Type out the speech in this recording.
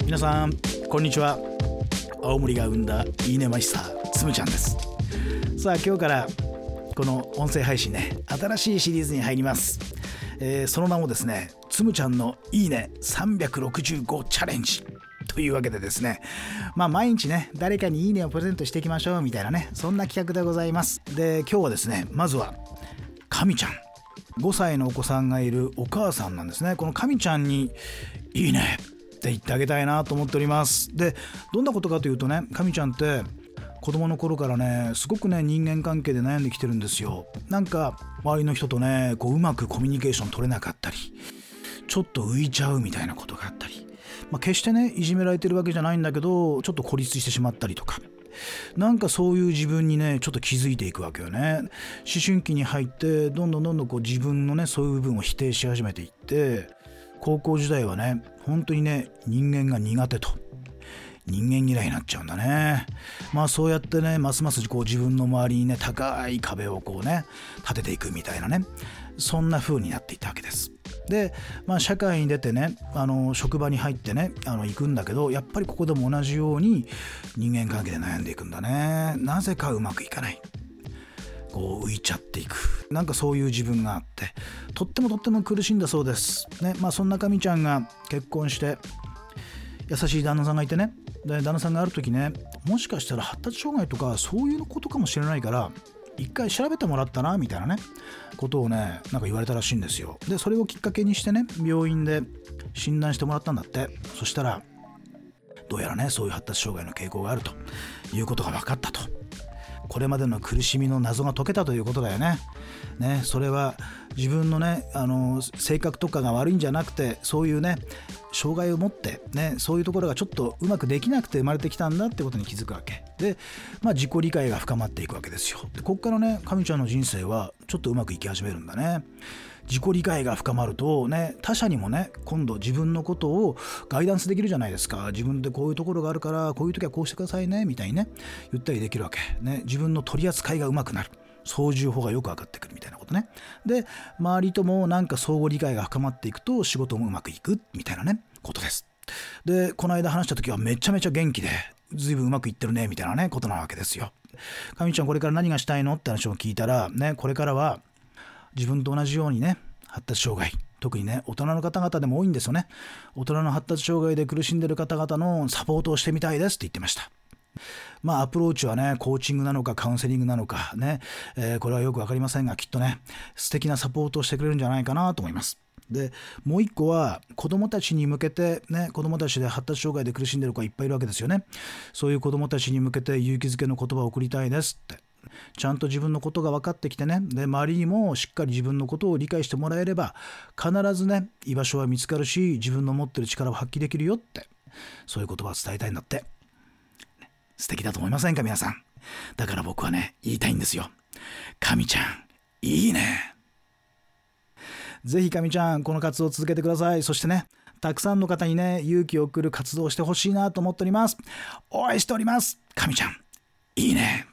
皆さんこんにちは。青森が生んだいいねマイスターつむちゃんです。さあ今日からこの音声配信ね、新しいシリーズに入ります。その名もですね、つむちゃんのいいね365チャレンジというわけでですね、毎日ね誰かにいいねをプレゼントしていきましょうみたいなね、そんな企画でございます。で今日はですね、まずはかみちゃん、5歳のお子さんがいるお母さんなんですね。このかみちゃんにいいねって言ってあげたいなと思っております。でどんなことかというとね、かみちゃんって子供の頃からね、すごくね人間関係で悩んできてるんですよ。なんか周りの人とねうまくコミュニケーション取れなかったり、ちょっと浮いちゃうみたいなことがあったり、決してねいじめられてるわけじゃないんだけど、ちょっと孤立してしまったりとか、なんかそういう自分にねちょっと気づいていくわけよね。思春期に入ってどんどん自分のねそういう部分を否定し始めていって、高校時代はね本当にね人間が苦手と、人間嫌いになっちゃうんだね。そうやってねますます自分の周りにね高い壁を立てていくみたいなね、そんな風になっていったわけです。で、社会に出てね職場に入ってね行くんだけど、やっぱりここでも同じように人間関係で悩んでいくんだね。なぜかうまくいかない、浮いちゃっていく、なんかそういう自分があって、とっても苦しいんだそうですね。そんなかみちゃんが結婚して優しい旦那さんがいてね、で旦那さんがある時ね、もしかしたら発達障害とかそういうことかもしれないから一回調べてもらったらみたいなねことをねなんか言われたらしいんですよ。でそれをきっかけにしてね病院で診断してもらったんだって。そしたらどうやらねそういう発達障害の傾向があるということが分かったと。これまでの苦しみの謎が解けたということだよね。それは自分のね性格とかが悪いんじゃなくて、そういうね障害を持ってね、そういうところがちょっとうまくできなくて生まれてきたんだってことに気づくわけで、自己理解が深まっていくわけですよ。でこっからねかみちゃんの人生はちょっとうまくいき始めるんだね。自己理解が深まるとね、他者にもね今度自分のことをガイダンスできるじゃないですか。自分でこういうところがあるからこういう時はこうしてくださいねみたいにね言ったりできるわけね。自分の取り扱いがうまくなる、操縦法がよく分かってくるみたいなことね。で周りともなんか相互理解が深まっていくと仕事もうまくいくみたいなねことです。でこの間話した時はめちゃめちゃ元気で随分うまくいってるねみたいなねことなわけですよ。かみちゃんこれから何がしたいのって話を聞いたらね、これからは自分と同じようにね発達障害、特にね大人の方々でも多いんですよね。大人の発達障害で苦しんでる方々のサポートをしてみたいですって言ってました。アプローチはねコーチングなのかカウンセリングなのかね、これはよく分かりませんが、きっとね素敵なサポートをしてくれるんじゃないかなと思います。でもう一個は子どもたちに向けてね、子どもたちで発達障害で苦しんでる子がいっぱいいるわけですよね。そういう子どもたちに向けて勇気づけの言葉を送りたいですって。ちゃんと自分のことが分かってきてね、で周りにもしっかり自分のことを理解してもらえれば必ずね居場所は見つかるし、自分の持ってる力を発揮できるよって、そういう言葉を伝えたいんだって。素敵だと思いませんか皆さん。だから僕はね言いたいんですよ。かみちゃんいいね。ぜひかみちゃんこの活動を続けてください。そしてねたくさんの方にね勇気を送る活動をしてほしいなと思っております。応援しております。かみちゃんいいね。